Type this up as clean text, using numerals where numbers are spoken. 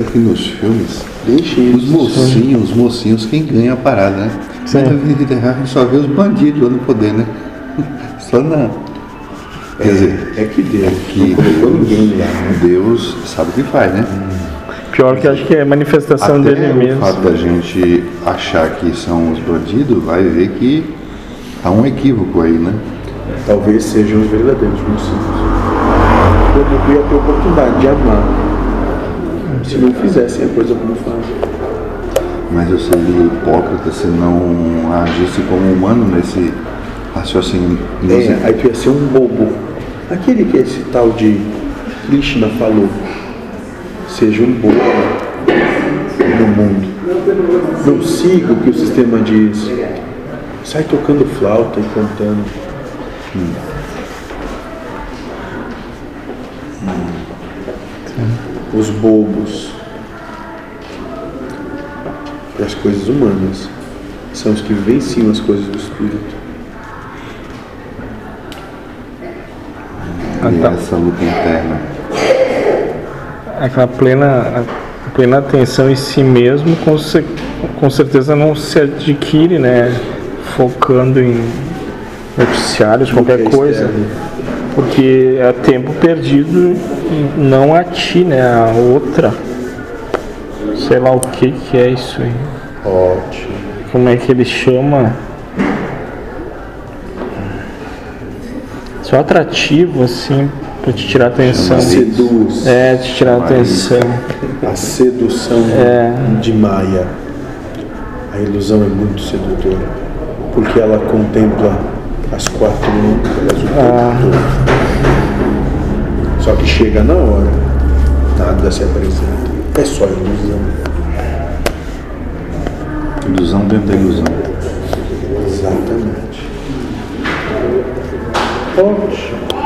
que nos filmes, Deixa os mocinhos quem ganha a parada, né? Mas na vida real a gente só vê os bandidos lá no poder, né? Só na... Quer dizer, é que Deus que não colocou ninguém lá, né? Deus sabe o que faz, né? Pior que acho que é manifestação Até dele o mesmo. fato da gente achar que são os bandidos, vai ver que há um equívoco aí, né? Talvez sejam os verdadeiros mocinhos. Eu ia ter a oportunidade de amar se não fizessem a coisa como fazem. Mas eu seria hipócrita se não agisse como humano nesse raciocínio. Aí tu ia ser um bobo. Aquele que esse tal de Krishna falou, seja um bobo no mundo. Não siga o que o sistema diz. Sai tocando flauta e cantando. Os bobos e as coisas humanas são os que vivenciam as coisas do espírito. E essa luta interna. Aquela plena atenção em si mesmo, com certeza não se adquire, né? Focando em noticiários, qualquer coisa. Porque é tempo perdido, não a ti, né? A outra. Sei lá o que é isso aí. Ótimo. Como é que ele chama? Só atrativo, assim, pra te tirar atenção. Seduz. Te tirar atenção. A sedução de Maya. A ilusão é muito sedutora, porque ela contempla as quatro lâmpadas o tempo todo. Só que chega na hora, nada se apresenta. É só ilusão. Ilusão dentro da ilusão. Exatamente. Ótimo.